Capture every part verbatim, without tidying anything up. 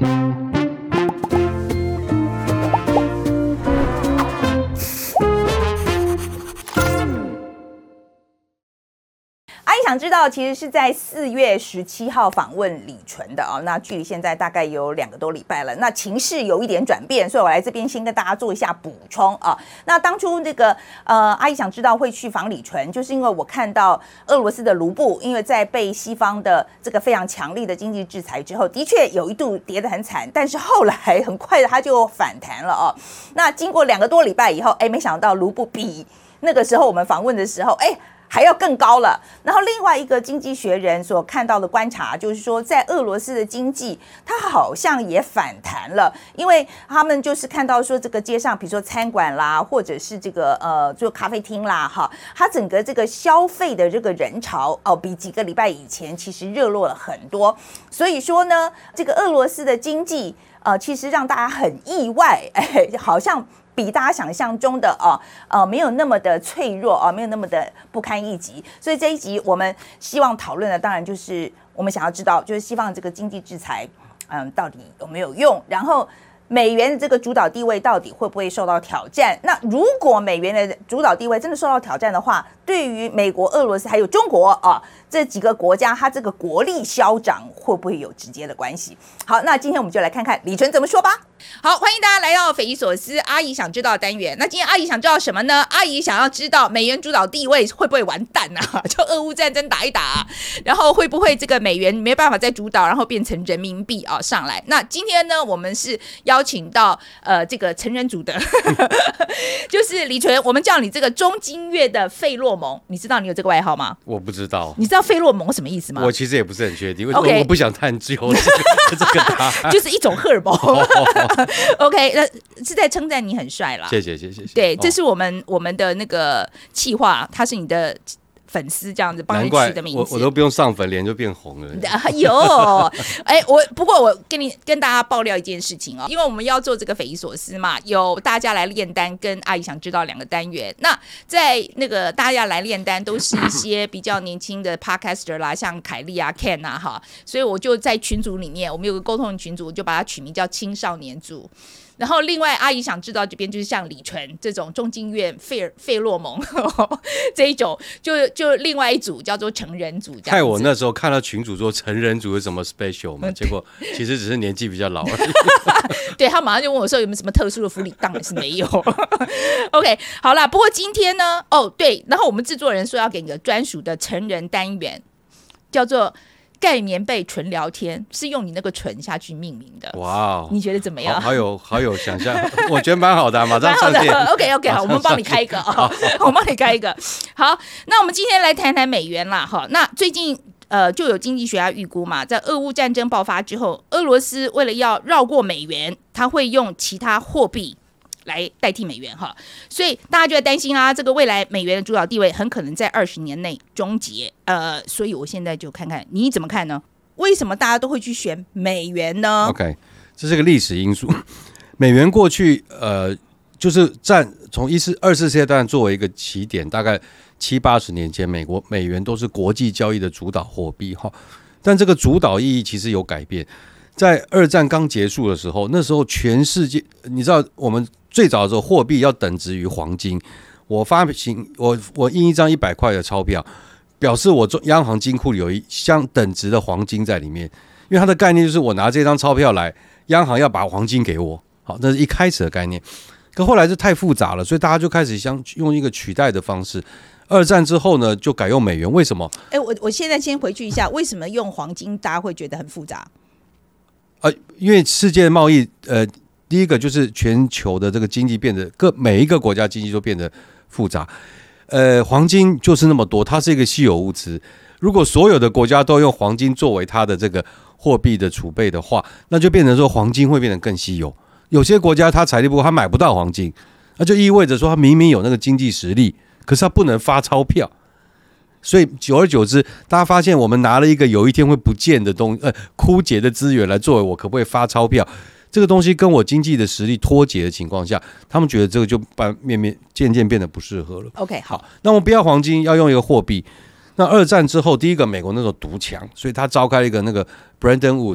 想知道其实是在四月十七号访问李纯的啊，那距离现在大概有两个多礼拜了。那情势有一点转变，所以我来这边先跟大家做一下补充啊。那当初这个呃，阿姨想知道会去访李纯，就是因为我看到俄罗斯的卢布，因为在被西方的这个非常强力的经济制裁之后，的确有一度跌得很惨，但是后来很快的它就反弹了哦。那经过两个多礼拜以后，哎，没想到卢布比那个时候我们访问的时候，哎。还要更高了。然后另外一个经济学人所看到的观察，就是说在俄罗斯的经济，它好像也反弹了，因为他们就是看到说这个街上，比如说餐馆啦，或者是这个呃，就咖啡厅啦，哈，它整个这个消费的这个人潮哦，比几个礼拜以前其实热络了很多。所以说呢，这个俄罗斯的经济呃，其实让大家很意外，哎，好像。比大家想象中的哦，呃，没有那么的脆弱啊、哦，没有那么的不堪一击。所以这一集我们希望讨论的，当然就是我们想要知道，就是西方这个经济制裁，嗯，到底有没有用？然后美元的这个主导地位到底会不会受到挑战？那如果美元的主导地位真的受到挑战的话，对于美国、俄罗斯还有中国啊这几个国家，它这个国力消长会不会有直接的关系？好，那今天我们就来看看李纯怎么说吧。好，欢迎大家来到匪夷所思阿姨想知道的单元。那今天阿姨想知道什么呢？阿姨想要知道美元主导地位会不会完蛋啊？就俄乌战争打一打、啊，然后会不会这个美元没办法再主导，然后变成人民币啊上来？那今天呢，我们是邀请到呃这个成人组的，就是李纯，我们叫你这个中经乐的费洛蒙，你知道你有这个外号吗？ 我不知道。 你知道费洛蒙什么意思吗？ 我其实也不是很确定， okay. 我, 我不想探究这个这个答案， 就是一种荷尔蒙。OK， 那是在称赞你很帅啦。 谢谢谢谢。 对，这是我们、哦、我们的那个企划，他是你的粉丝这样子帮你取的名字， 我, 我都不用上粉，脸就变红了。 哎呦，哎，我不过我跟你跟大家爆料一件事情哦，因为我们要做这个匪夷所思嘛，有大家来炼丹跟阿姨想知道两个单元。那在那个大家来炼丹都是一些比较年轻的 podcaster 啦，像凯莉啊、Ken 啊哈，所以我就在群组里面，我们有个沟通的群组，我就把它取名叫青少年组。然后另外阿姨想知道这边就是像李纯这种中经院费费洛蒙这一种，就就另外一组叫做成人组。 害我那时候看到群主说成人组有什么 special 嘛，结果其实只是年纪比较老而已。 对，他马上就问我说有没有什么特殊的福利，当然是没有。OK， 好啦，不过今天呢，哦对，然后我们制作人说要给你个专属的成人单元，叫做。盖棉被纯聊天，是用你那个纯下去命名的。哇、wow, 你觉得怎么样？ 好, 好有好有想象，我觉得蛮好的、啊，马上上线。 OK OK， 好，我们帮你开一个啊，我们帮你开一个。好，那我们今天来谈谈美元啦。哈，那最近呃就有经济学家预估嘛，在俄乌战争爆发之后，俄罗斯为了要绕过美元，他会用其他货币。来代替美元哈，所以大家就在担心啊，这个未来美元的主导地位很可能在二十年内终结。呃，所以我现在就看看你怎么看呢？为什么大家都会去选美元呢 ？OK， 这是个历史因素。美元过去呃，就是占从一次二次世界大战作为一个起点，大概七八十年前，美国美元都是国际交易的主导货币哈。但这个主导意义其实有改变。在二战刚结束的时候，那时候全世界，你知道我们最早的时候货币要等值于黄金。我发行我我印一张一百块的钞票，表示我央行金库里有一相等值的黄金在里面。因为它的概念就是我拿这张钞票来，央行要把黄金给我。好，那是一开始的概念。可后来就太复杂了，所以大家就开始想用一个取代的方式。二战之后呢，就改用美元。为什么？ 哎，我我现在先回去一下，为什么用黄金大家会觉得很复杂？ 呃，因为世界贸易，呃，第一个就是全球的这个经济变得各每一个国家经济都变得复杂。呃，黄金就是那么多，它是一个稀有物资。如果所有的国家都用黄金作为它的这个货币的储备的话，那就变成说黄金会变得更稀有。有些国家它财力不够，它买不到黄金，那就意味着说它明明有那个经济实力，可是它不能发钞票。所以久而久之，大家发现我们拿了一个有一天会不见的东呃枯竭的资源来作为我可不可以发钞票，这个东西跟我经济的实力脱节的情况下，他们觉得这个就面面渐渐变得不适合了。 OK， 好， 那我们不要黄金，要用一个货币。那二战之后，第一个美国那时候独强，所以他召开了一个那个 Bretton Woods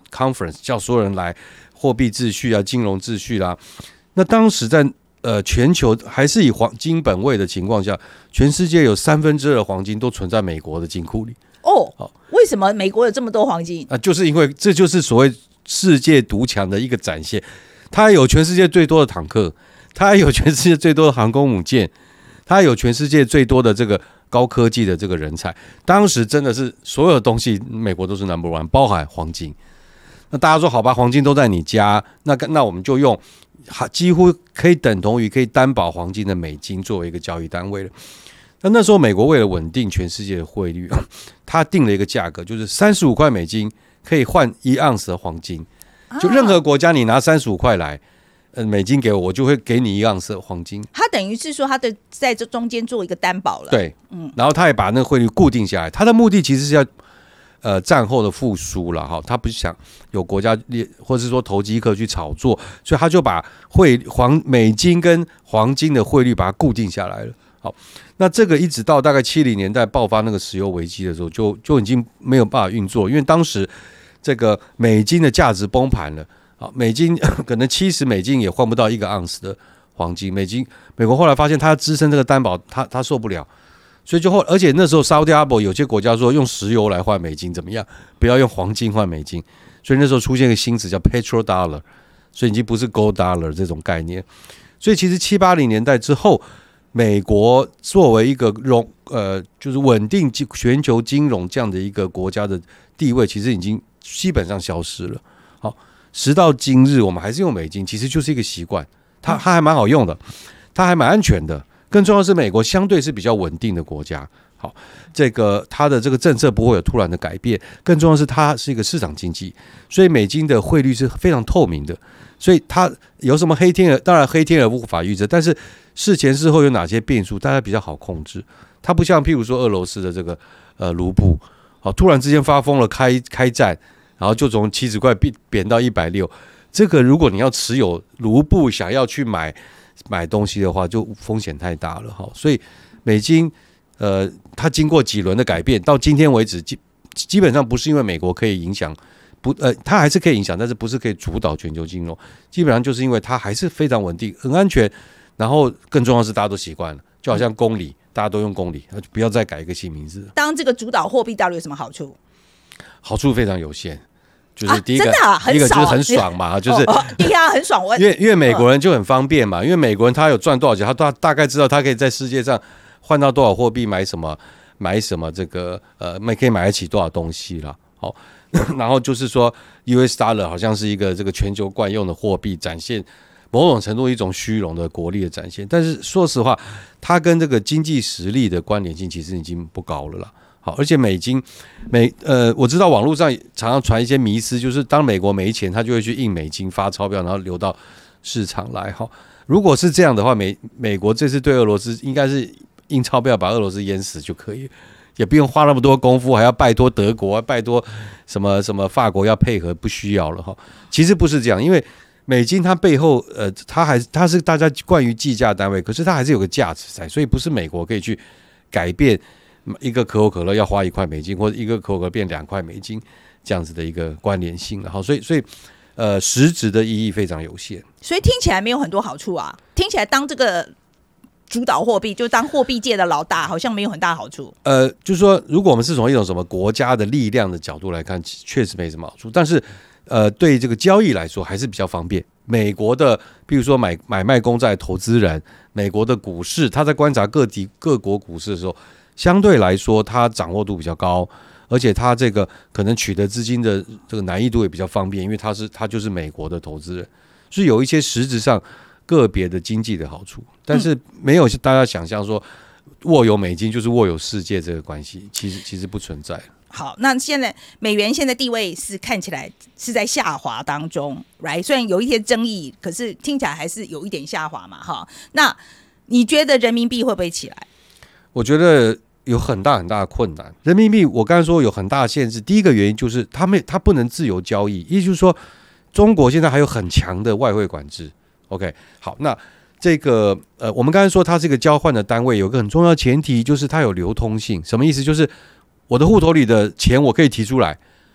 conference， 叫所有人来，货币秩序啊，金融秩序啦、啊。那当时在呃全球还是以黄金本位的情况下，全世界有三分之二的黄金都存在美国的金库里。 哦，哦为什么美国有这么多黄金？ 啊，就是因为这就是所谓世界独强的一个展现。它有全世界最多的坦克，它有全世界最多的航空母舰，它有全世界最多的这个高科技的这个人才。当时真的是所有东西，美国都是 number one， 包含黄金。那大家说好吧，黄金都在你家，那那我们就用几乎可以等同于可以担保黄金的美金作为一个交易单位了。那那时候美国为了稳定全世界的汇率，它定了一个价格，就是三十五块美金可以换一盎司的黄金。就任何国家你拿三十五块来，呃，美金给我，我就会给你一盎司的黄金。 它等于是说，它的在这中间做一个担保了。 对，嗯，然后他也把那个汇率固定下来。他的目的其实是要呃战后的复苏了哈，他不是想有国家或是说投机客去炒作，所以他就把汇黄美金跟黄金的汇率把它固定下来了。好，那这个一直到大概七零年代爆发那个石油危机的时候，就就已经没有办法运作，因为当时这个美金的价值崩盘了。好，美金可能七十美金也换不到一个盎司的黄金。美金，美国后来发现它要支撑这个担保，它它受不了，所以就后，而且那时候 Saudi Arabia 有些国家说用石油来换美金怎么样？不要用黄金换美金，所以那时候出现一个新词叫 petrodollar， 所以已经不是 gold dollar 这种概念。所以其实七八零年代之后，美国作为一个融呃就是稳定全球金融这样的一个国家的地位，其实已经基本上消失了。好。时到今日，我们还是用美金，其实就是一个习惯，它它还蛮好用的，它还蛮安全的。更重要的是，美国相对是比较稳定的国家，好，这个它的这个政策不会有突然的改变。更重要的是，它是一个市场经济，所以美金的汇率是非常透明的。所以它有什么黑天鹅？当然黑天鹅无法预测，但是事前事后有哪些变数，大家比较好控制。它不像譬如说俄罗斯的这个呃卢布，好，突然之间发疯了开开战。然后就从七十块贬到一百六，这个如果你要持有卢布想要去买买东西的话，就风险太大了哈。所以美金，呃，它经过几轮的改变，到今天为止，基基本上不是因为美国可以影响，不，呃，它还是可以影响，但是不是可以主导全球金融，基本上就是因为它还是非常稳定、很安全。然后更重要的是，大家都习惯了，就好像公理，大家都用公理，不要再改一个新名字。 当这个主导货币到底有什么好处？ 好处非常有限。就是第一个， 啊真的啊、很一个就是很爽嘛，就是、 哦哦、第一个很爽， 因为因为美国人就很方便嘛，因为美国人他有赚多少钱，他大大概知道他可以在世界上换到多少货币买什么买什么这个呃可以买得起多少东西啦。好，然后就是说 U S dollar 好像是一个这个全球惯用的货币，展现某种程度一种虚荣的国力的展现。但是说实话，它跟这个经济实力的关联性其实已经不高了啦。好，而且美金美呃，我知道网络上常常传一些迷思，就是当美国没钱，他就会去印美金发钞票，然后流到市场来。哈，如果是这样的话，美美国这次对俄罗斯应该是印钞票把俄罗斯淹死就可以，也不用花那么多功夫，还要拜托德国、拜托什么什么法国要配合，不需要了哈。其实不是这样，因为美金它背后呃，它还它是大家惯于计价单位，可是它还是有个价值在，所以不是美国可以去改变。一个可口可乐要花一块美金，或者一个可口可乐变两块美金，这样子的一个关联性，然后所以所以呃实质的意义非常有限， 所以听起来没有很多好处啊。听起来当这个主导货币，就当货币界的老大，好像没有很大好处。呃， 就是说，如果我们是从一种什么国家的力量的角度来看，确实没什么好处，但是呃对这个交易来说还是比较方便。美国的，比如说买买卖公债投资人，美国的股市，他在观察各地各国股市的时候。相对来说，它掌握度比较高，而且它这个可能取得资金的这个难易度也比较方便，因为它是它就是美国的投资人，是有一些实质上个别的经济的好处，但是没有大家想象说握有美金就是握有世界这个关系，其实其实不存在。 好，那现在美元现在地位是看起来是在下滑当中 ，right？ 虽然有一些争议，可是听起来还是有一点下滑嘛，哈。那你觉得人民币会不会起来？ 我觉得。有很大很大的困难。人民币我刚才说有很大的限制，第一个原因就是它没它不能自由交易，也就是说，中国现在还有很强的外汇管制。OK， 好，那这个呃，我们刚才说它是一个交换的单位，有一个很重要的前提就是它有流通性。什么意思？就是我的户头里的钱我可以提出来，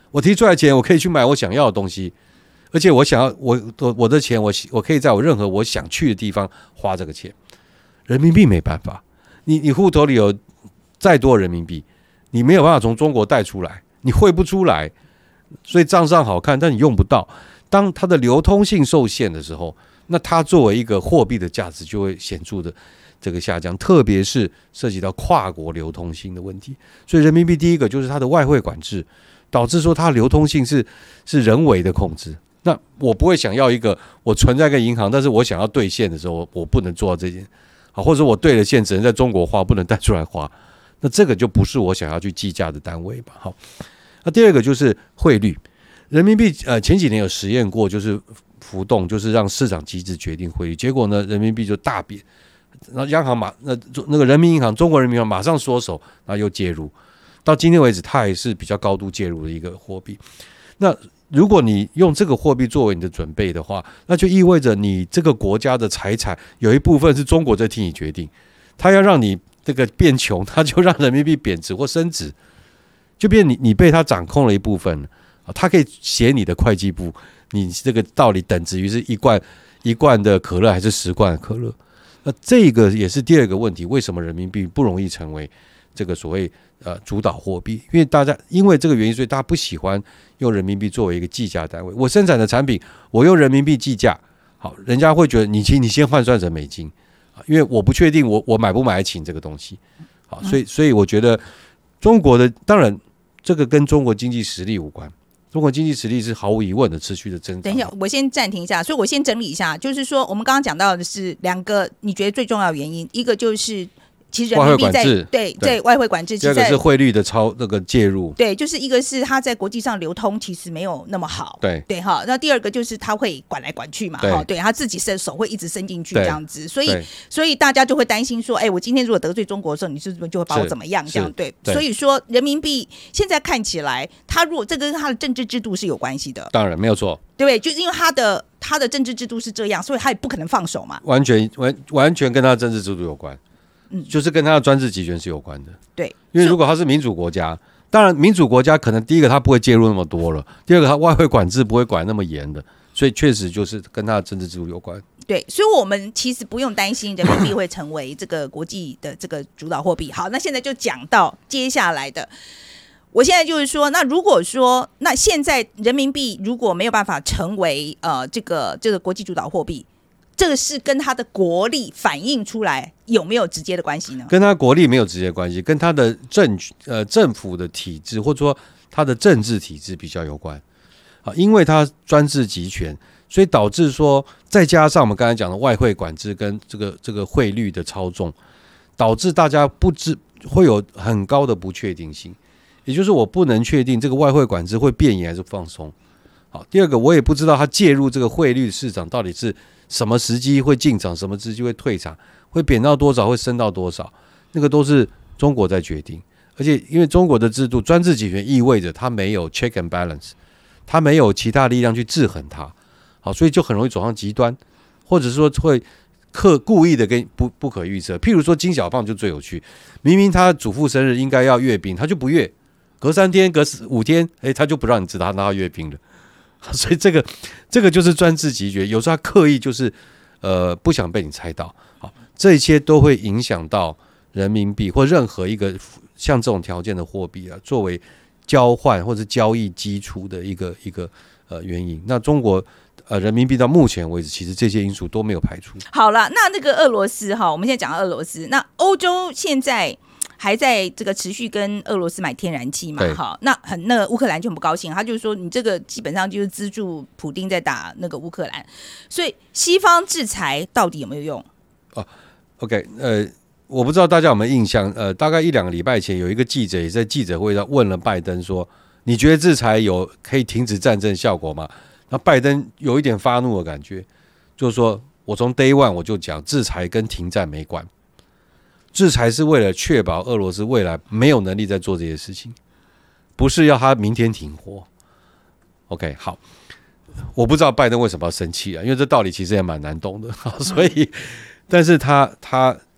我提出来钱，我可以去买我想要的东西，而且我想要我我的钱我，我可以在我任何我想去的地方花这个钱。人民币没办法，你你户头里有再多人民币，你没有办法从中国带出来，你汇不出来，所以账上好看，但你用不到。当它的流通性受限的时候，那它作为一个货币的价值就会显著的这个下降，特别是涉及到跨国流通性的问题。所以人民币第一个就是它的外汇管制，导致说它流通性是是人为的控制。那我不会想要一个我存在一个银行，但是我想要兑现的时候，我不能做到这件，或者我兑了现只能在中国花，不能带出来花。那这个就不是我想要去计价的单位吧。好，那第二个就是汇率。人民币呃前几年有实验过，就是浮动，就是让市场机制决定汇率，结果呢人民币就大贬，然后央行马那那个人民银行中国人民银行马上缩手，然后又介入，到今天为止它还是比较高度介入的一个货币。那如果你用这个货币作为你的准备的话，那就意味着你这个国家的财产有一部分是中国在替你决定，它要让你这个变穷，它就让人民币贬值或升值，就变你你被它掌控了一部分。它可以写你的会计部，你这个到底等值于是一罐一罐的可乐还是十罐的可乐？那这个也是第二个问题，为什么人民币不容易成为这个所谓呃主导货币？因为大家因为这个原因，所以大家不喜欢用人民币作为一个计价单位。我生产的产品，我用人民币计价，好，人家会觉得你其实你先换算成美金，因为我不确定我我买不买得起这个东西。好，所以所以我觉得中国的当然这个跟中国经济实力无关。中国经济实力是毫无疑问的持续的增长。 等一下，我先暂停一下，所以我先整理一下，就是说我们刚刚讲到的是两个你觉得最重要的原因，一个就是其实人民币在对对外汇管制， 第二个是汇率的超那个介入， 对，就是一个是它在国际上流通其实没有那么好， 对对哈。那第二个就是它会管来管去嘛，哈，对，它自己伸手会一直伸进去这样子，所以所以大家就会担心说，哎，我今天如果得罪中国的时候，你是不是就会把我怎么样？这样对，所以说人民币现在看起来，它如果这跟它的政治制度是有关系的， 当然没有错， 对不对？就因为它的它的政治制度是这样，所以它也不可能放手嘛， 完全完完全跟它的政治制度有关。嗯，就是跟他的专制集权是有关的。 对， 因为如果他是民主国家，当然民主国家可能第一个他不会介入那么多了，第二个他外汇管制不会管那么严的，所以确实就是跟他的政治制度有关。 对，所以我们其实不用担心人民币会成为这个国际的这个主导货币。好，那现在就讲到接下来的，我现在就是说，那如果说那现在人民币如果没有办法成为呃这个这个国际主导货币，这个是跟他的国力反映出来有没有直接的关系呢？ 跟他国力没有直接关系，跟他的政呃政府的体制或者说他的政治体制比较有关啊，因为他专制集权，所以导致说再加上我们刚才讲的外汇管制跟这个这个汇率的操纵，导致大家不知会有很高的不确定性，也就是我不能确定这个外汇管制会变严还是放松。好，第二个我也不知道他介入这个汇率市场到底是什么时机会进场，什么时机会退场，会贬到多少，会升到多少，那个都是中国在决定。而且因为中国的制度专制集权意味着它没有 check and balance， 它没有其他力量去制衡它，好，所以就很容易走上极端，或者说会刻故意的跟不不可预测。譬如说金小胖就最有趣，明明他祖父生日应该要阅兵，他就不阅，隔三天隔五天，哎，他就不让你知道他拿到阅兵了。所以这个这个就是专制集权，有时候他刻意就是呃不想被你猜到，好，这些都会影响到人民币或任何一个像这种条件的货币啊，作为交换或者交易基础的一个一个呃原因。那中国呃人民币到目前为止，其实这些因素都没有排除。 好了，那那个俄罗斯哈，我们现在讲俄罗斯，那欧洲现在还在这个持续跟俄罗斯买天然气嘛？好，那很那个乌克兰就很不高兴，他就说你这个基本上就是资助普丁在打那个乌克兰，所以西方制裁到底有没有用？ 哦 ，OK， 呃，我不知道大家有没有印象，呃，大概一两个礼拜前有一个记者也在记者会上问了拜登说，你觉得制裁有可以停止战争效果吗？那拜登有一点发怒的感觉，就是说我从 day one 我就讲制裁跟停战没关。制裁是为了确保俄罗斯未来没有能力再做这些事情，不是要他明天停火。OK， 好，我不知道拜登为什么要生气啊，因为这道理其实也蛮难懂的，所以，但是他他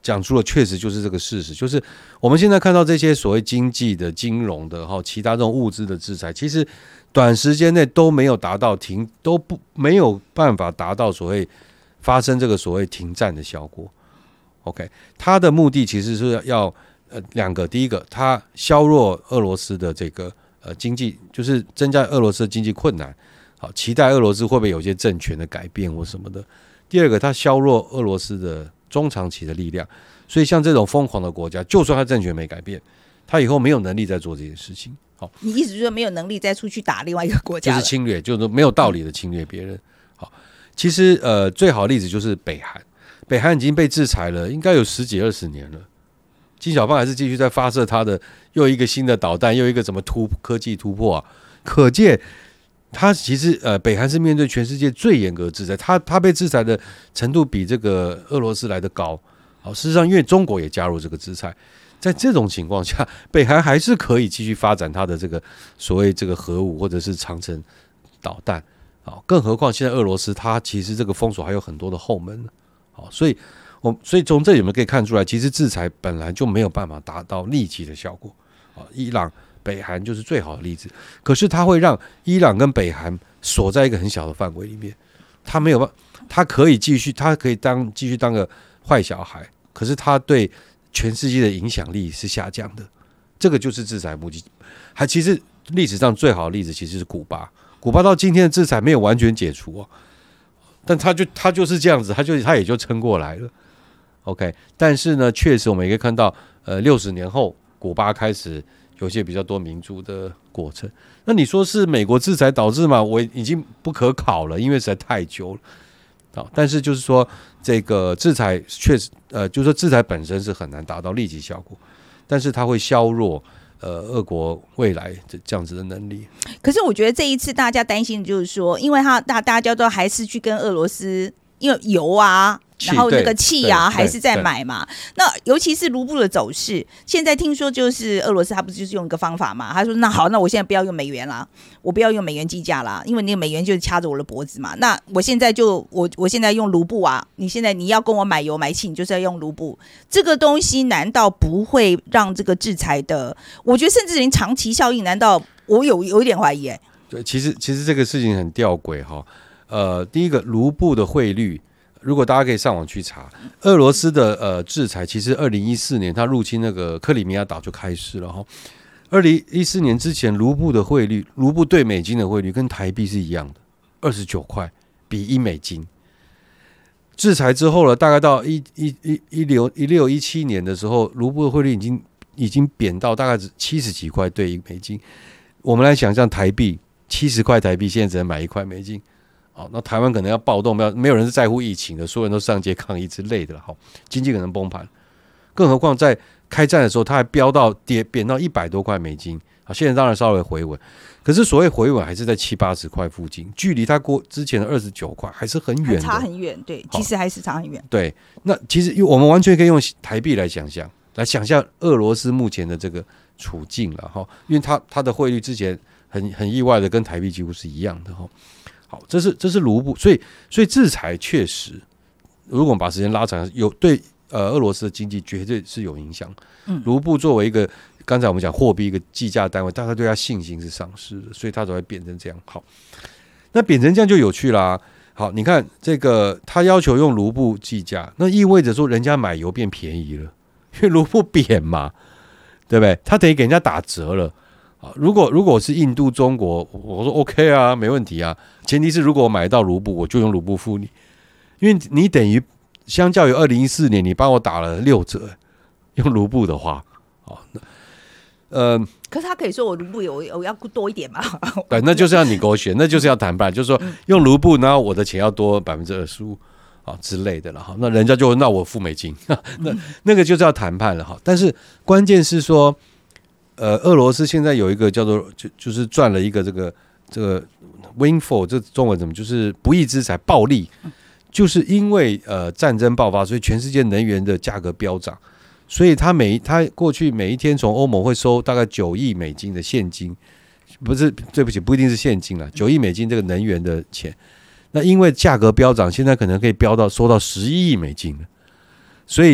讲出了确实就是这个事实，就是我们现在看到这些所谓经济的、金融的、哈其他这种物资的制裁，其实短时间内都没有达到停，都不没有办法达到所谓发生这个所谓停战的效果。OK， 它的目的其实是要呃两个，第一个，它削弱俄罗斯的这个呃经济，就是增加俄罗斯的经济困难，好，期待俄罗斯会不会有些政权的改变或什么的。第二个，它削弱俄罗斯的中长期的力量，所以像这种疯狂的国家，就算他政权没改变，他以后没有能力再做这件事情。好， 你意思就是说没有能力再出去打另外一个国家了， 就是侵略，就是没有道理的侵略别人。好，其实呃最好的例子就是北韩，北韩已经被制裁了，应该有十几二十年了。金小胖还是继续在发射他的又一个新的导弹，又一个怎么突科技突破啊？可见。他其实呃，北韩是面对全世界最严格的制裁，他他被制裁的程度比这个俄罗斯来得高。好，事实上，因为中国也加入这个制裁，在这种情况下，北韩还是可以继续发展他的这个所谓这个核武或者是长程导弹。好，更何况现在俄罗斯它其实这个封锁还有很多的后门。好，所以我所以从这里面可以看出来，其实制裁本来就没有办法达到立即的效果。好，伊朗。北韩就是最好的例子，可是它会让伊朗跟北韩锁在一个很小的范围里面，它没有办法，它可以继续，它可以当继续当个坏小孩，可是它对全世界的影响力是下降的，这个就是制裁目的。还其实历史上最好的例子其实是古巴，古巴到今天的制裁没有完全解除哦，但它就它就是这样子，它就它也就撑过来了。OK， 但是呢，确实我们也可以看到，呃，六十年后古巴开始。有些比较多民主的过程，那你说是美国制裁导致吗？我已经不可考了，因为实在太久了。好，但是就是说，这个制裁确实，呃，就是说制裁本身是很难达到立即效果，但是它会削弱呃俄国未来这样子的能力。 可是我觉得这一次大家担心的就是说，因为他大大家都还是去跟俄罗斯，因为油啊。然后那个气啊还是在买嘛，那尤其是卢布的走势，现在听说就是俄罗斯他不是就是用一个方法嘛，他说那好，那我现在不要用美元啦，我不要用美元计价啦，因为那个美元就是掐着我的脖子嘛，那我现在就我我现在用卢布啊，你现在你要跟我买油买气，你就是要用卢布，这个东西难道不会让这个制裁的，我觉得甚至连长期效应，难道我有有一点怀疑哎、欸？ 对，其实其实这个事情很吊诡哈，呃，第一个卢布的汇率。如果大家可以上网去查，俄罗斯的呃制裁，其实二零一四年他入侵那个克里米亚岛就开始了哈。二零一四年之前，卢布的汇率，卢布对美金的汇率跟台币是一样的，二十九块比一美金。制裁之后了，大概到一一一一六一六一七年的时候，卢布的汇率已经已经贬到大概只七十几块对一美金。我们来想象台币七十块台币，现在只能买一块美金。好，那台湾可能要暴动，没有没有人是在乎疫情的，所有人都上街抗议之类的了。好，经济可能崩盘，更何况在开战的时候，它还飙到跌贬到一百多块美金。好，现在当然稍微回稳，可是所谓回稳还是在七八十块附近，距离它过之前的二十九块还是很远的， 差很远。对，其实还是差很远。 对，那其实我们完全可以用台币来想象，来想象俄罗斯目前的这个处境了哈，因为它它的汇率之前很很意外的跟台币几乎是一样的哈。好，这是这是卢布，所以所以制裁确实，如果我们把时间拉长，有对呃俄罗斯的经济绝对是有影响。嗯，卢布作为一个刚才我们讲货币一个计价单位，大家对它信心是丧失的，所以它才会变成这样。好，那变成这样就有趣啦。好，你看这个，他要求用卢布计价，那意味着说人家买油变便宜了，因为卢布贬嘛，对不对？他等于给人家打折了。如果如果是印度、中国，我说 OK 啊，没问题啊。前提是如果我买到卢布，我就用卢布付你，因为你等于相较于二零一四年，你帮我打了六折，用卢布的话，好，呃， 可是他可以说我卢布有我要多一点嘛？ 对，那就是要你给我选，那就是要谈判，就是说用卢布，然后我的钱要多百分之二十五啊之类的了哈。那人家就那我付美金，那那个就是要谈判了哈。但是关键是说。呃，俄罗斯现在有一个叫做就就是赚了一个这个这个 windfall， 这中文怎么就是不义之财暴利，就是因为呃战争爆发，所以全世界能源的价格飙涨，所以他每他过去每一天从欧盟会收大概九亿美金的现金，不是对不起，不一定是现金啦，九亿美金这个能源的钱，那因为价格飙涨，现在可能可以飙到收到十一亿美金了，所以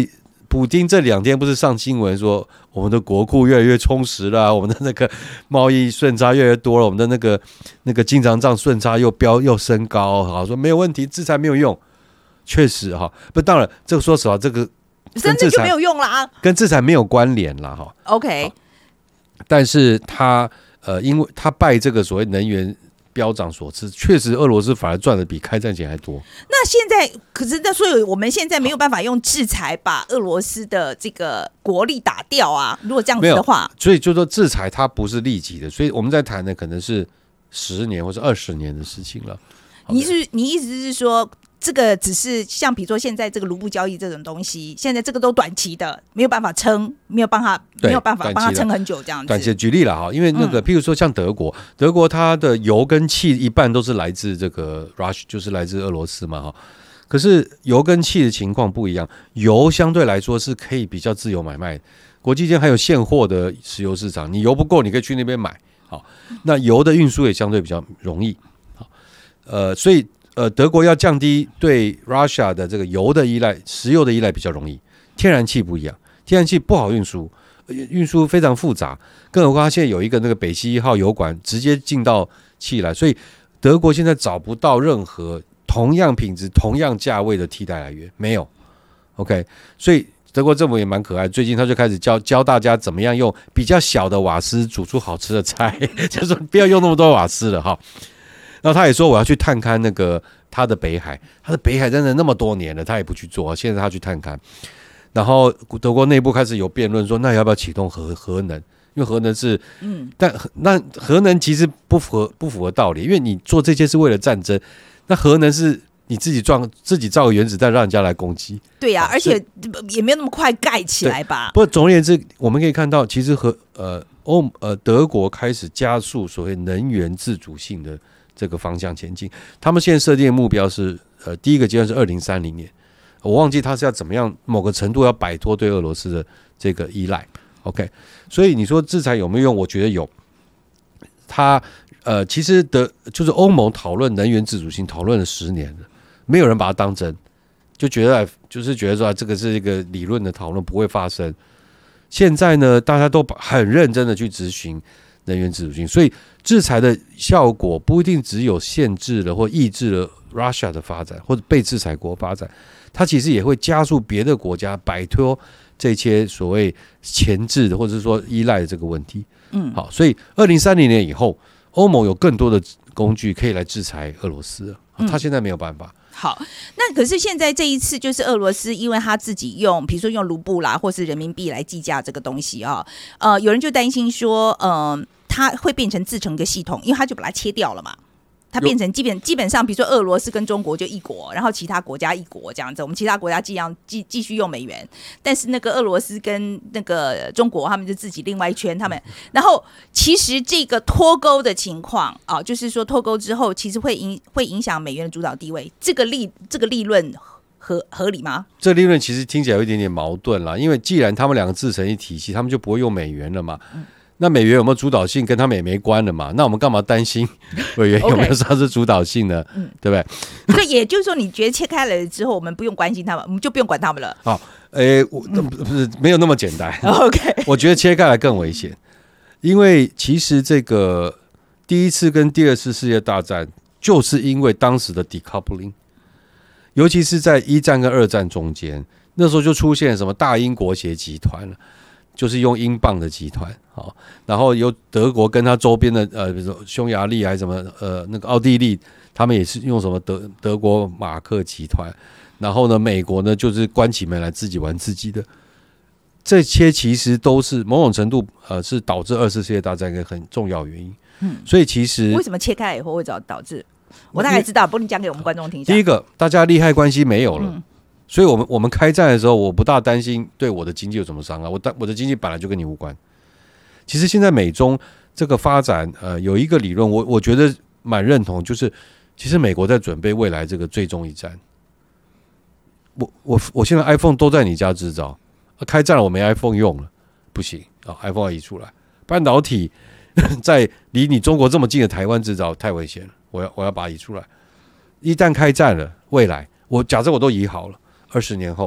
普丁这两天不是上新闻说我们的国库越来越充实了、啊，我们的那个贸易顺差越来越多了，我们的那个那个经常账顺差又飙又升高，好说没有问题，制裁没有用，确实哈，不当然这个说实话，这个真的就没有用啦， 跟制裁没有关联啦哈。 OK， 但是他呃，因为他拜这个所谓能源飙涨所赐，确实俄罗斯反而赚的比开战前还多。 那现在可是那所以我们现在没有办法用制裁把俄罗斯的这个国力打掉啊。如果这样子的话， 所以就说制裁它不是立即的，所以我们在谈的可能是十年或是二十年的事情了。 你是你意思是说？这个只是像比如说现在这个卢布交易这种东西，现在这个都短期的，没有办法撑，没有办法没有办法帮他撑很久这样子。 短期的举例了哈，因为那个、嗯、譬如说像德国，德国它的油跟气一半都是来自这个 Russia， 就是来自俄罗斯嘛哈。可是油跟气的情况不一样，油相对来说是可以比较自由买卖，国际间还有现货的石油市场，你油不够，你可以去那边买。好，那油的运输也相对比较容易。好，呃，所以。呃，德国要降低对 Russia 的这个油的依赖，石油的依赖比较容易，天然气不一样，天然气不好运输，运输非常复杂，更何况它现在有一个那个北溪一号油管直接进到气来，所以德国现在找不到任何同样品质、同样价位的替代来源，没有。OK， 所以德国政府也蛮可爱，最近他就开始教教大家怎么样用比较小的瓦斯煮出好吃的菜，就是不要用那么多瓦斯了哈。然后他也说我要去探勘那个他的北海，他的北海真的那么多年了，他也不去做，现在他去探勘。然后德国内部开始有辩论说，那要不要启动核核能？因为核能是，嗯，但那核能其实不符合不符合道理，因为你做这些是为了战争，那核能是你自己撞自己造个原子弹让人家来攻击。 对呀、啊，而且也没有那么快盖起来吧。 不过总而言之，我们可以看到，其实和呃欧呃德国开始加速所谓能源自主性的这个方向前进，他们现在设定的目标是，呃，第一个阶段是二零三零年，我忘记他是要怎么样，某个程度要摆脱对俄罗斯的这个依赖。OK， 所以你说制裁有没有用？我觉得有。他呃，其实的就是欧盟讨论能源自主性讨论了十年了，没有人把它当真，就觉得就是觉得说、啊、这个是一个理论的讨论，不会发生。现在呢，大家都很认真的去执行能源自主性，所以制裁的效果不一定只有限制了或抑制了 Russia 的发展或者被制裁国发展，它其实也会加速别的国家摆脱这些所谓前置的或者是说依赖的这个问题。嗯，好，所以二零三零年以后，欧盟有更多的工具可以来制裁俄罗斯，他现在没有办法。 好，那可是现在这一次就是俄罗斯，因为他自己用，比如说用卢布啦，或是人民币来计价这个东西啊、哦，呃，有人就担心说，嗯、呃，它会变成自成一个系统，因为他就把它切掉了嘛。它变成基本基本上，比如说俄罗斯跟中国就一国，然后其他国家一国这样子。我们其他国家继样继继续用美元，但是那个俄罗斯跟那个中国他们就自己另外一圈，他们。然后其实这个脱钩的情况啊，就是说脱钩之后，其实会影会影响美元的主导地位。这个利这个利润合合理吗？ 这个利润其实听起来有一点点矛盾啦，因为既然他们两个自成一体系，他们就不会用美元了嘛。嗯，那美元有没有主导性，跟他们也没关了嘛？那我们干嘛担心美元有没有它是主导性呢？嗯，对不对？所以也就是说，你觉得切开了之后，我们不用关心他们，我们就不用管他们了。 好，诶，我不是没有那么简单。 OK， 我觉得切开来更危险，因为其实这个第一次跟第二次世界大战，就是因为当时的 decoupling， 尤其是在一战跟二战中间，那时候就出现什么大英国协集团了。就是用英镑的集团，好，然后由德国跟他周边的呃，比如说匈牙利还是什么呃，那个奥地利，他们也是用什么德德国马克集团，然后呢，美国呢就是关起门来自己玩自己的，这些其实都是某种程度呃是导致二次世界大战一个很重要原因。嗯，所以其实为什么切开以后会导致？我大概知道，不你讲给我们观众听一下。 第一个，大家利害关系没有了。嗯，所以我们我们开战的时候，我不大担心对我的经济有什么伤害，我我的经济本来就跟你无关。其实现在美中这个发展，呃，有一个理论，我我觉得蛮认同，就是其实美国在准备未来这个最终一战。我我我现在 iPhone 都在你家制造，开战了我没 iPhone 用了，不行啊 ，iPhone 要移出来。半导体在离你中国这么近的台湾制造太危险了，我要我要把它移出来。一旦开战了，未来我假设我都移好了。二十年后，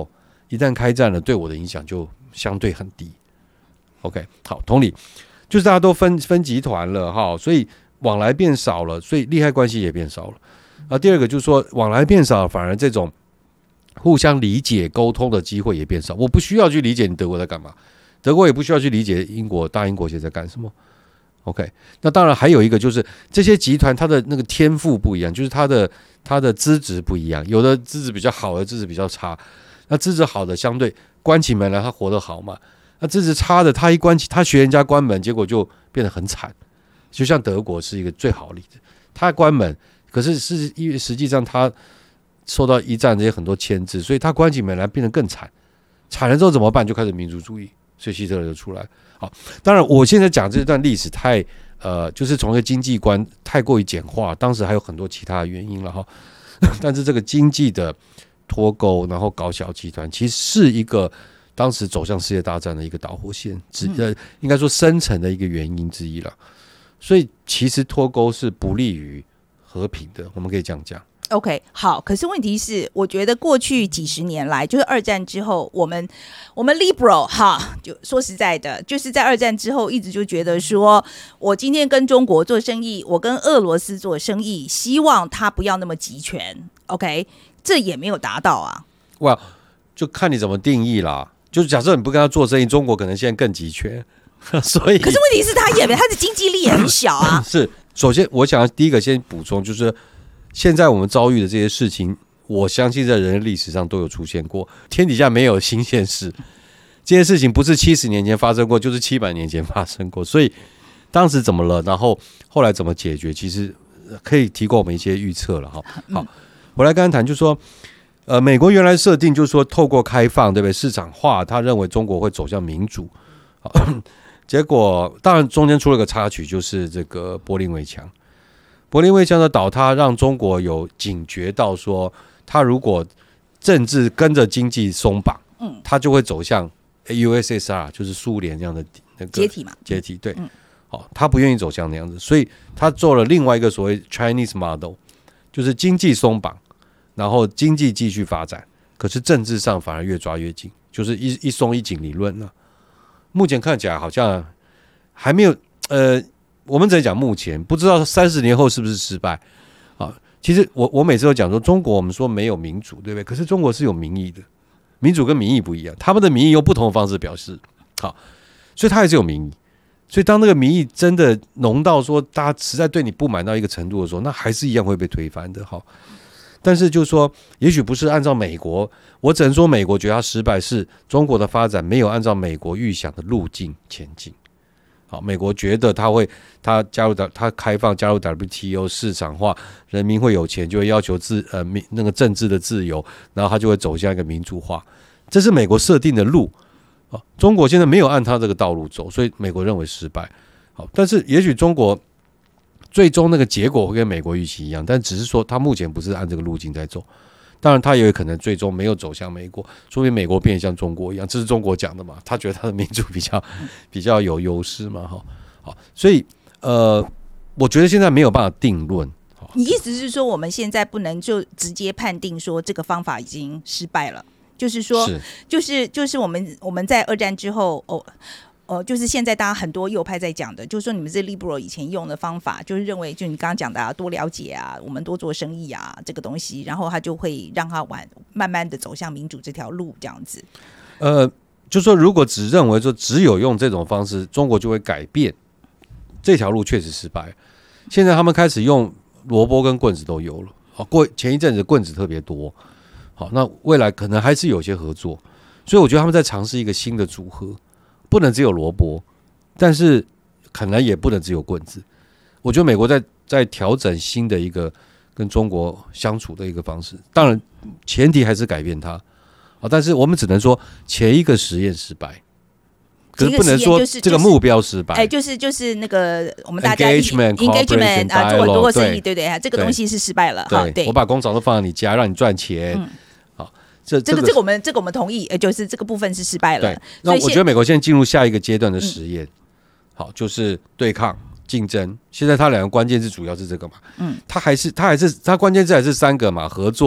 一旦开战了，对我的影响就相对很低。OK， 好，同理，就是大家都分分集团了哈，所以往来变少了，所以利害关系也变少了。啊，第二个就是说往来变少，反而这种互相理解沟通的机会也变少。我不需要去理解你德国在干嘛，德国也不需要去理解英国大英国协在干什么。OK， 那当然还有一个就是这些集团它的那个天赋不一样，就是它的它的资质不一样，有的资质比较好，的资质比较差。那资质好的相对关起门来他活得好嘛，那资质差的他一关起他学人家关门，结果就变得很惨。就像德国是一个最好的例子，他关门，可是是因为实际上他受到一战这些很多牵制，所以他关起门来变得更惨。惨了之后怎么办？就开始民族主义，所以希特勒就出来。好，当然我现在讲这段历史太呃，就是从一个经济观太过于简化，当时还有很多其他的原因了哈。但是这个经济的脱钩，然后搞小集团，其实是一个当时走向世界大战的一个导火线，呃，应该说深层的一个原因之一了。所以其实脱钩是不利于和平的，我们可以这样讲。 OK， 好，可是问题是，我觉得过去几十年来，就是二战之后，我们我们 liberal 哈，就说实在的，就是在二战之后，一直就觉得说，我今天跟中国做生意，我跟俄罗斯做生意，希望他不要那么集权。OK， 这也没有达到啊。 哇，就看你怎么定义啦。就是假设你不跟他做生意，中国可能现在更集权，所以可是问题是他也他的经济力也很小啊。 是，首先我想要第一个先补充就是。现在我们遭遇的这些事情，我相信在人类历史上都有出现过，天底下没有新鲜事。这些事情不是七十年前发生过，就是七百年前发生过。所以当时怎么了，然后后来怎么解决，其实可以提供我们一些预测了哈。好，我来跟他谈，就是说，呃，美国原来设定就是说，透过开放，对不对？市场化，他认为中国会走向民主。好，结果当然中间出了个插曲，就是这个柏林围墙。柏林围墙的倒塌让中国有警觉到说，他如果政治跟着经济松绑，嗯，他就会走向 U S S R， 就是苏联这样的那个解体嘛， 解体对，嗯，好，他不愿意走向那样子，所以他做了另外一个所谓 Chinese model， 就是经济松绑，然后经济继续发展，可是政治上反而越抓越紧，就是一一松一紧理论呢。目前看起来好像还没有呃。我们只讲目前，不知道三十年后是不是失败啊？其实我我每次都讲说，中国我们说没有民主，对不对？可是中国是有民意的，民主跟民意不一样，他们的民意用不同的方式表示，好，所以他还是有民意。所以当那个民意真的浓到说大家实在对你不满到一个程度的时候，那还是一样会被推翻的。好，但是就是说，也许不是按照美国，我只能说美国觉得它失败，是中国的发展没有按照美国预想的路径前进。好，美国觉得他会，他加入的，他开放加入 W T O 市场化，人民会有钱，就会要求自呃那个政治的自由，然后他就会走向一个民主化，这是美国设定的路。啊，中国现在没有按他这个道路走，所以美国认为失败。好，但是也许中国最终那个结果会跟美国预期一样，但只是说他目前不是按这个路径在走。当然，他也有可能最终没有走向美国，说明美国变得像中国一样，这是中国讲的嘛？他觉得他的民主比较比较有优势嘛？哈，好，所以呃，我觉得现在没有办法定论。 你意思是说，我们现在不能就直接判定说这个方法已经失败了？就是说，是就是就是我们我们在二战之后哦。呃，就是现在大家很多右派在讲的，就是说你们这 liberal 以前用的方法，就是认为就你刚刚讲的啊，多了解啊，我们多做生意啊，这个东西，然后他就会让他往慢慢的走向民主这条路，这样子。 呃，就说如果只认为说只有用这种方式，中国就会改变，这条路确实失败。现在他们开始用萝卜跟棍子都有了，好，过前一阵子棍子特别多，好，那未来可能还是有些合作，所以我觉得他们在尝试一个新的组合。不能只有萝卜，但是可能也不能只有棍子。我觉得美国在在调整新的一个跟中国相处的一个方式，当然前提还是改变它。但是我们只能说前一个实验失败，可是不能说这个目标失败。 哎，就是就是那个我们大家 engagement engagement 啊，做很多生意，对对，这个东西是失败了。 对，对我把工厂都放在你家，让你赚钱。嗯这这个这个我们这个我们同意，就是这个部分是失败了。 对，那我觉得美国现在进入下一个阶段的实验，嗯、好，就是对抗竞争。现在它两个关键字主要是这个嘛，嗯，它还是它还是它关键字还是三个嘛，合作、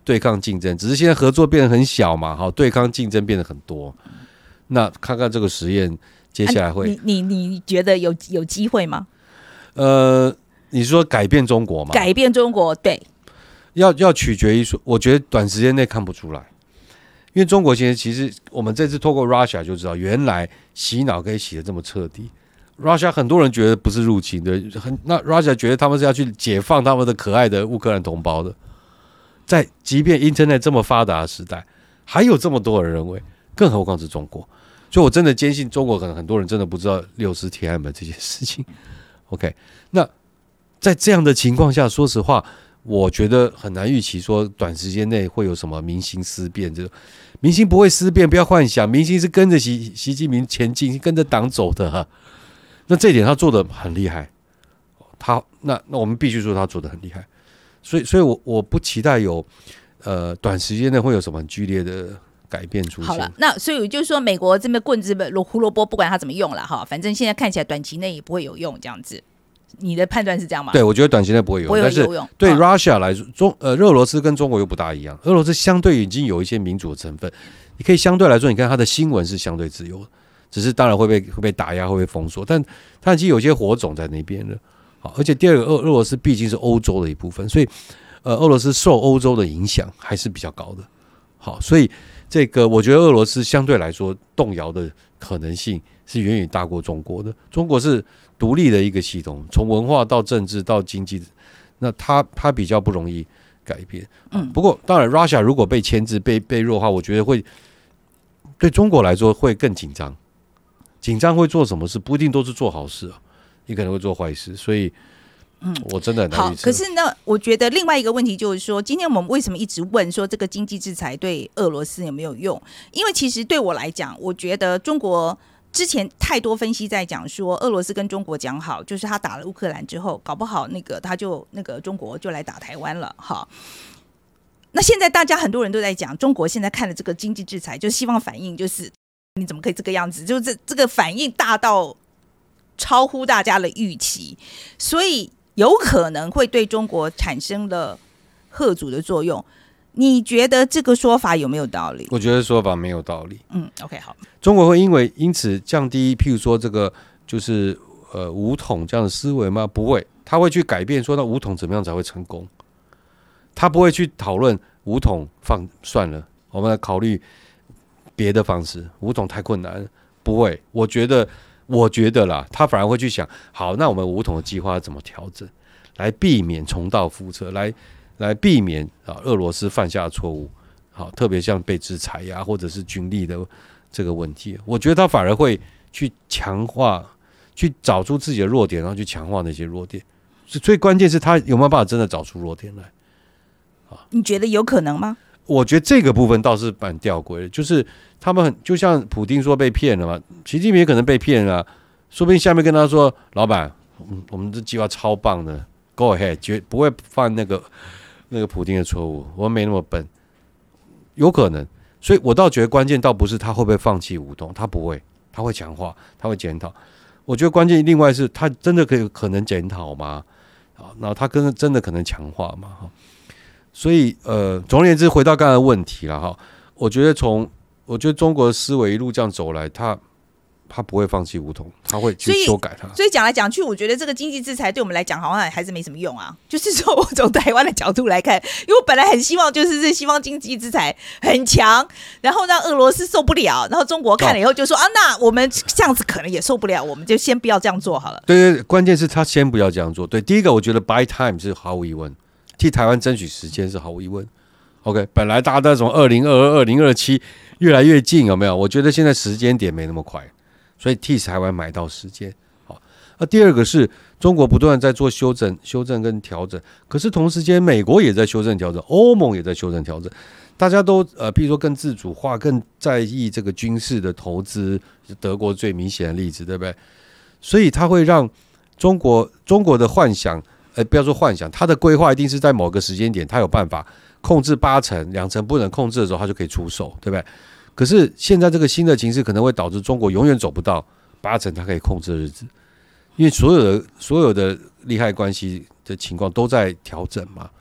对抗竞争，只是现在合作变得很小嘛，好，对抗竞争变得很多。那看看这个实验接下来会， 啊、你你你觉得有有机会吗？ 呃，你说改变中国吗？ 改变中国，对， 要要取决于说，我觉得短时间内看不出来。因为中国现在其实我们这次透过 Russia 就知道，原来洗脑可以洗得这么彻底。Russia 很多人觉得不是入侵的，很那 Russia 觉得他们是要去解放他们的可爱的乌克兰同胞的。在即便 Internet 这么发达的时代，还有这么多人认为，更何况是中国。所以我真的坚信中国可能很多人真的不知道六十天安门这件事情。OK， 那在这样的情况下，说实话，我觉得很难预期说短时间内会有什么民心思变。这个民心不会思变，不要幻想，民心是跟着习习近平前进，跟着党走的、啊。那这一点他做得很厉害，他那那我们必须说他做得很厉害。所以，所以我我不期待有呃短时间内会有什么很剧烈的改变出现。 好了，那所以我就是说，美国这边棍子胡萝卜不管它怎么用了哈，反正现在看起来短期内也不会有用，这样子。你的判断是这样吗？ 对，我觉得短期内不会有用，但是对 Russia 来说，中呃俄罗斯跟中国又不大一样。俄罗斯相对已经有一些民主的成分，你可以相对来说，你看它的新闻是相对自由的，只是当然会被会被打压，会被封锁，但它已经有些火种在那边了。好，而且第二个，俄俄罗斯毕竟是欧洲的一部分，所以呃，俄罗斯受欧洲的影响还是比较高的。好，所以这个我觉得俄罗斯相对来说动摇的可能性是远远大过中国的。中国是独立的一个系统，从文化到政治到经济，那它它比较不容易改变。嗯，不过当然 ，Russia 如果被牵制、被被弱化，我觉得会对中国来说会更紧张。紧张会做什么事？不一定都是做好事啊，你可能会做坏事。所以，嗯，我真的很难预测。 好，可是呢，我觉得另外一个问题就是说，今天我们为什么一直问说这个经济制裁对俄罗斯有没有用？因为其实对我来讲，我觉得中国之前太多分析在讲说，俄罗斯跟中国讲好，就是他打了乌克兰之后，搞不好那个他就那个中国就来打台湾了，哈。那现在大家很多人都在讲，中国现在看的这个经济制裁，就希望反应就是你怎么可以这个样子？就是这这个反应大到超乎大家的预期，所以有可能会对中国产生了吓阻的作用。你觉得这个说法有没有道理？ 我觉得说法没有道理。 嗯 ，OK， 好。 中国会因为因此降低，譬如说这个就是呃武统这样的思维吗？不会，他会去改变说那武统怎么样才会成功。他不会去讨论武统放算了，我们来考虑别的方式。武统太困难了，不会。我觉得，我觉得啦，他反而会去想，好，那我们武统的计划怎么调整，来避免重蹈覆辙，来来避免啊俄罗斯犯下的错误。好，特别像被制裁呀、啊，或者是军力的这个问题，我觉得他反而会去强化，去找出自己的弱点，然后去强化那些弱点。所以关键是他有没有办法真的找出弱点来。 你觉得有可能吗？我觉得这个部分倒是蛮吊诡的，就是他们很就像普丁说被骗了嘛，习近平也可能被骗了、啊，说不定下面跟他说，老板，我们这计划超棒的 ，Go ahead， 绝不会犯那个那个普丁的错误，我们没那么笨，有可能。所以我倒觉得关键倒不是他会不会放弃武统，他不会，他会强化，他会检讨。我觉得关键另外是他真的可以可能检讨吗？然后他跟真的可能强化吗？所以，呃，总而言之，回到刚才的问题了哈，我觉得从我觉得中国的思维一路这样走来，他他不会放弃武统，他会去修改它。 所以讲来讲去，我觉得这个经济制裁对我们来讲好像还是没什么用啊。就是说我从台湾的角度来看，因为我本来很希望就是这西方经济制裁很强，然后让俄罗斯受不了，然后中国看了以后就说、哦、啊，那我们这样子可能也受不了，我们就先不要这样做好了。 对对，关键是他先不要这样做。对，第一个我觉得 buy time 是毫无疑问。替台湾争取时间是毫无疑问 ，OK。本来大家都从二零二二、二零二七越来越近，有没有？我觉得现在时间点没那么快，所以替台湾买到时间。好，那第二个是中国不断在做修正、修正跟调整，可是同时间美国也在修正调整，欧盟也在修正调整，大家都呃，譬如说更自主化、更在意这个军事的投资，德国最明显的例子，对不对？所以它会让中国中国的幻想。呃，不要说幻想，他的规划一定是在某个时间点，他有办法控制八成，两成不能控制的时候，他就可以出手，对不对？可是现在这个新的情势可能会导致中国永远走不到八成他可以控制的日子，因为所有的所有的利害关系的情况都在调整嘛。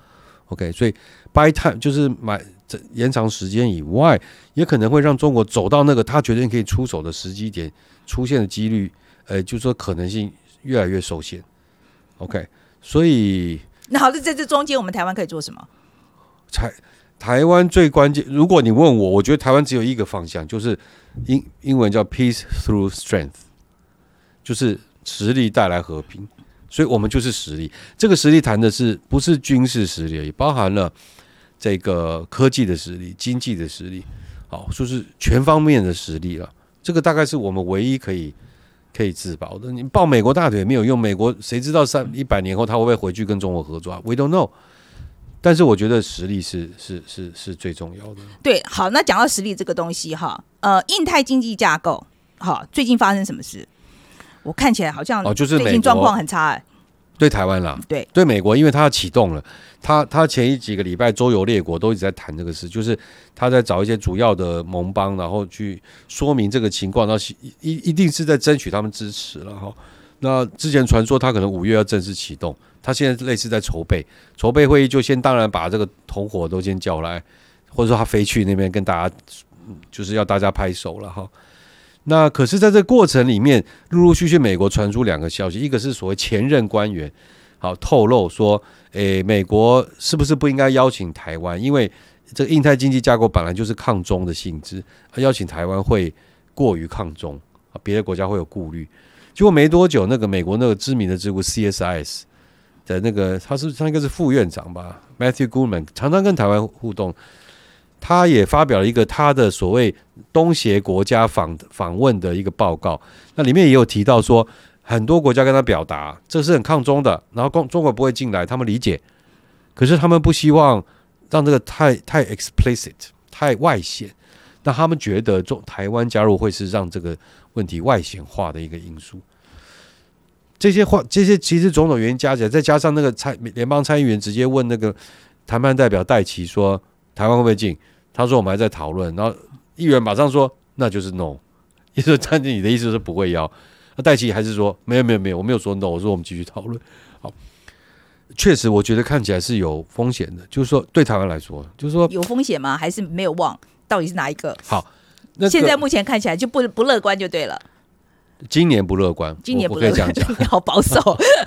OK， 所以 buy time 就是买延长时间以外，也可能会让中国走到那个他决定可以出手的时机点出现的几率，呃，就是说可能性越来越受限。OK， 所以那好，在这中间，我们台湾可以做什么？ 台台湾最关键，如果你问我，我觉得台湾只有一个方向，就是英英文叫 peace through strength， 就是实力带来和平。所以我们就是实力，这个实力谈的是不是军事实力而已，包含了这个科技的实力、经济的实力，好，就是全方面的实力了。这个大概是我们唯一可以可以自保的。你抱美国大腿没有用，美国谁知道三一百年后他会不会回去跟中国合作啊 ？We don't know。但是我觉得实力是是是是最重要的。 对，好，那讲到实力这个东西哈，呃，印太经济架构，好，最近发生什么事？我看起来好像最近状况很差、欸哦就是、 对台湾啦， 对对美国，因为他要启动了，他他前一几个礼拜周游列国都一直在谈这个事，就是他在找一些主要的盟邦，然后去说明这个情况，然后一一定是在争取他们支持了哈。那之前传说他可能五月要正式启动，他现在类似在筹备，筹备会议就先当然把这个同伙都先叫来，或者说他飞去那边跟大家，就是要大家拍手了哈。那可是在这个过程里面，陆陆续续美国传出两个消息，一个是所谓前任官员好透露说，诶，美国是不是不应该邀请台湾？因为这个印太经济架构本来就是抗中的性质，邀请台湾会过于抗中，别的国家会有顾虑。结果没多久，那个美国那个知名的智库 C S I S 的那个，他是他应该是副院长吧 ，Matthew Goodman， 常常跟台湾互动。他也发表了一个他的所谓东协国家 访, 访问的一个报告，那里面也有提到说，很多国家跟他表达这是很抗中的，然后中国不会进来，他们理解，可是他们不希望让这个太太 explicit 太外显，那他们觉得中台湾加入会是让这个问题外显化的一个因素。这些话，这些其实种种原因加起来，再加上那个参联邦参议员直接问那个谈判代表戴琪说，台湾会不会进？他说我们还在讨论，然后议员马上说那就是 no， 意思站在你的意思是不会要。那戴琪还是说没有没有没有，我没有说 no， 我说我们继续讨论。好，确实我觉得看起来是有风险的，就是说对台湾来说，就是说有风险吗？还是没有望？到底是哪一个？ 好，那個、 现在目前看起来就不不乐观就对了。 今年不乐观， 今年不乐观， 我可以这样讲， 好保守。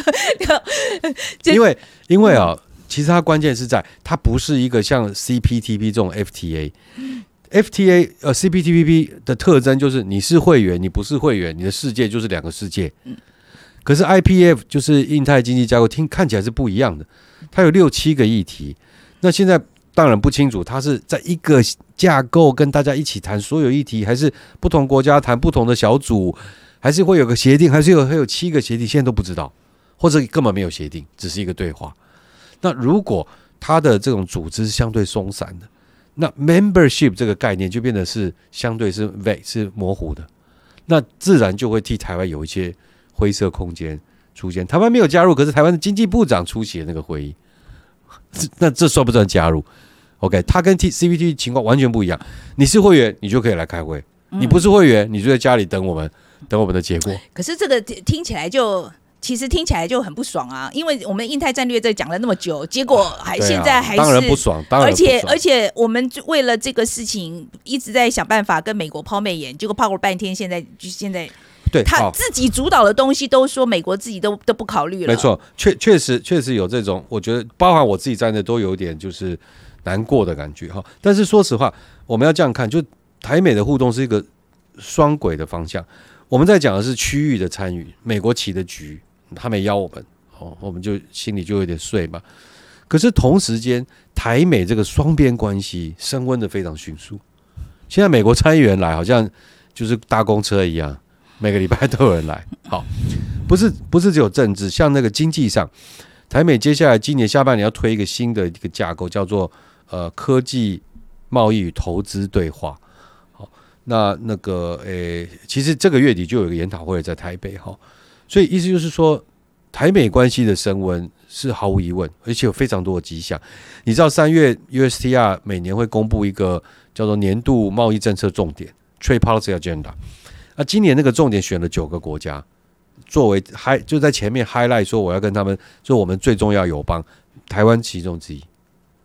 因为因为啊。其实它关键是在，它不是一个像 C P T P 这种 F T A。F T A 呃 C P T P P 的特征就是你是会员，你不是会员，你的世界就是两个世界。可是 I P F 就是印太经济架构，听看起来是不一样的，它有六七个议题。那现在当然不清楚，它是在一个架构跟大家一起谈所有议题，还是不同国家谈不同的小组，还是会有个协定，还是有会有七个协定，现在都不知道，或者根本没有协定，只是一个对话。那如果它的这种组织是相对松散的，那 membership 这个概念就变得是相对是 vague 是模糊的，那自然就会替台湾有一些灰色空间出现。台湾没有加入，可是台湾的经济部长出席了那个会议，那这算不算加入 ？OK， 它跟 C P T 情况完全不一样。你是会员，你就可以来开会；你不是会员，你就在家里等我们，等我们的结果。 可是这个听起来就。其实听起来就很不爽啊，因为我们印太战略这讲了那么久，结果还、啊、现在还是当然不爽，当然不爽。 而且而且我们为了这个事情一直在想办法跟美国抛媚眼，结果抛了半天，现在就现在对他自己主导的东西都说美国自己都都不考虑了。 没错，确确实确实有这种，我觉得包含我自己在内都有点就是难过的感觉哈。但是说实话，我们要这样看，就台美的互动是一个双轨的方向。我们在讲的是区域的参与，美国起的局。他没邀我们、哦，我们就心里就有点碎嘛。可是同时间，台美这个双边关系升温的非常迅速。现在美国参议员来，好像就是搭公车一样，每个礼拜都有人来。好，不是不是只有政治，像那个经济上，台美接下来今年下半年要推一个新的一个架构，叫做呃科技贸易与投资对话。好，那那个诶，其实这个月底就有一个研讨会在台北哈。所以意思就是说，台美关系的升温是毫无疑问，而且有非常多的迹象。你知道三月 U S T R 每年会公布一个叫做年度贸易政策重点 Trade Policy Agenda， 那今年那个重点选了九个国家作为 high， 就在前面 highlight 说我要跟他们，说我们最重要友邦，台湾其中之一。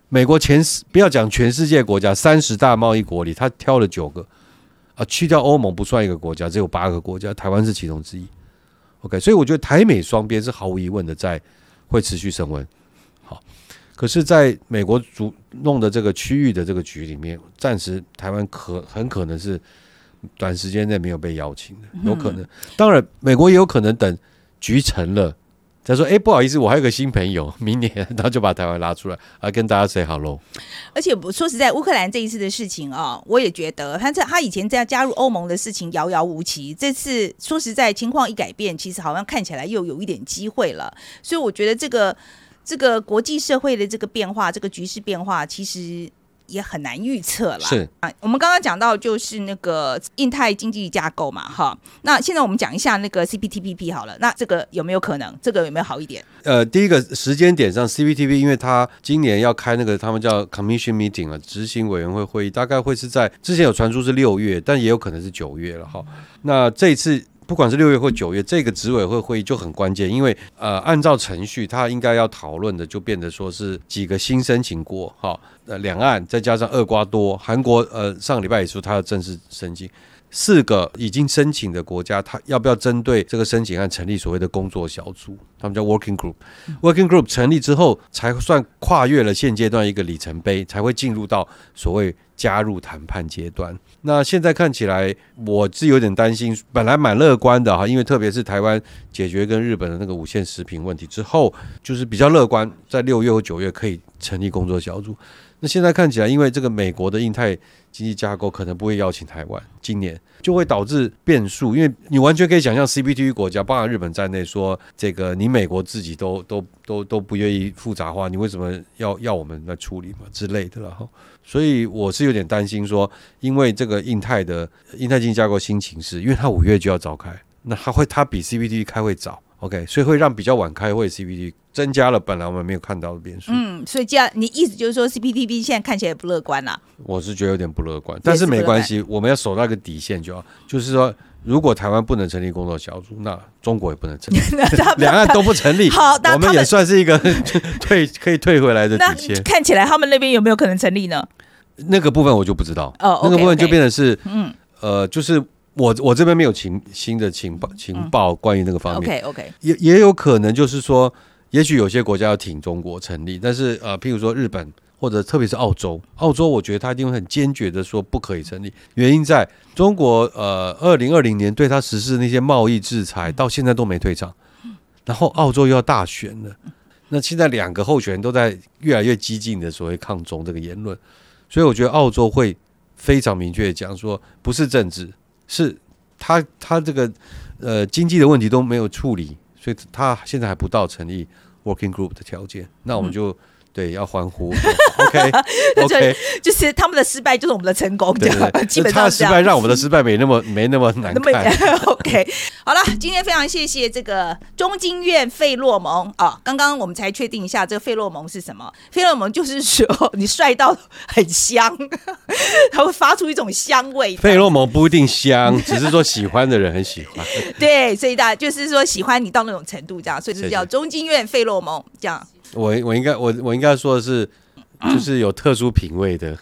美国前不要讲全世界国家，三十大贸易国里，他挑了九个啊，去掉欧盟不算一个国家，只有八个国家，台湾是其中之一。OK， 所以我觉得台美双边是毫无疑问的在会持续升温。好，可是在美国主弄的这个区域的这个局里面，暂时台湾可很可能是短时间内没有被邀请的，有可能。当然，美国也有可能等局成了。他说：“哎、欸，不好意思，我还有个新朋友，明年他就把台湾拉出来，啊，跟大家 say hello。” 而且我说实在，乌克兰这一次的事情啊、哦，我也觉得他这他以前在加入欧盟的事情遥遥无期，这次说实在情况一改变，其实好像看起来又有一点机会了。所以我觉得这个这个国际社会的这个变化，这个局势变化，其实也很难预测了。 是啊，我们刚刚讲到就是那个印太经济架构嘛，哈。那现在我们讲一下那个 C P T P P 好了，那这个有没有可能？这个有没有好一点？ 呃，第一个时间点上 ，C P T P P， 因为它今年要开那个他们叫 Commission Meeting 啊，执行委员会会议，大概会是在之前有传出是六月，但也有可能是九月了哈。那这一次。不管是六月或九月，这个执委会会议就很关键，因为呃，按照程序，它应该要讨论的就变得说是几个新申请国，哈，呃，两岸再加上厄瓜多、韩国，呃，上个礼拜也说它要正式申请，四个已经申请的国家，它要不要针对这个申请案成立所谓的工作小组？他们叫 Working Group。Working Group 成立之后，才算跨越了现阶段一个里程碑，才会进入到所谓加入谈判阶段。那现在看起来，我是有点担心，本来蛮乐观的哈，因为特别是台湾解决跟日本的那个无限食品问题之后，就是比较乐观，在六月或九月可以成立工作小组。那现在看起来，因为这个美国的印太经济架构可能不会邀请台湾，今年就会导致变数，因为你完全可以想象 C P T P 国家，包含日本在内，说这个你美国自己都都都都不愿意复杂化，你为什么要要我们来处理嘛之类的了哈。所以我是有点担心说，因为这个印太的印太经济架构新情势，因为它五月就要召开，那它会它比 C P T P 开会早。OK， 所以会让比较晚开会 C P T P 增加了本来我们没有看到的变数。嗯， 所以这样你意思就是说 C P T P 现在看起来也不乐观啦？ 我是觉得有点不乐观，但是没关系，我们要守到一个底线就好，就是说，如果台湾不能成立工作小组，那中国也不能成立，两岸都不成立，好，我们也算是一个退可以退回来的底线。 那看起来他们那边有没有可能成立呢？ 那个部分我就不知道，哦 okay, 那个部分就变成是，嗯，呃，就是。我我这边没有情新的情报情报关于那个方面。 OK OK， 也也有可能就是说，也许有些国家要挺中国成立，但是呃，譬如说日本或者特别是澳洲，澳洲我觉得他一定会很坚决的说不可以成立，原因在中国呃二零二零年对他实施那些贸易制裁，到现在都没退场，然后澳洲又要大选了，那现在两个候选人都在越来越激进的所谓抗中这个言论，所以我觉得澳洲会非常明确的讲说，不是政治。是他他这个呃经济的问题都没有处理，所以他现在还不到成立 working group 的条件，那我们就、嗯、对要欢呼，OK OK， 就是他们的失败就是我们的成功，这样基本上他的失败让我们的失败没那么没那么难看。 OK， 好了，今天非常谢谢这个中经院费洛蒙啊，刚刚我们才确定一下这个费洛蒙是什么，费洛蒙就是说你帅到很香，它会发出一种香味。 费洛蒙不一定香，只是说喜欢的人很喜欢。 对，所以大家就是说喜欢你到那种程度，这样，所以就叫中经院费洛蒙这样。 我我应该我我应该说的是。就是有特殊品味的。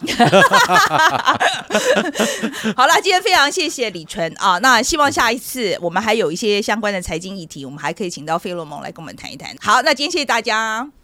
好了，今天非常谢谢李纯啊，那希望下一次我们还有一些相关的财经议题，我们还可以请到费洛蒙来跟我们谈一谈。好，那今天谢谢大家。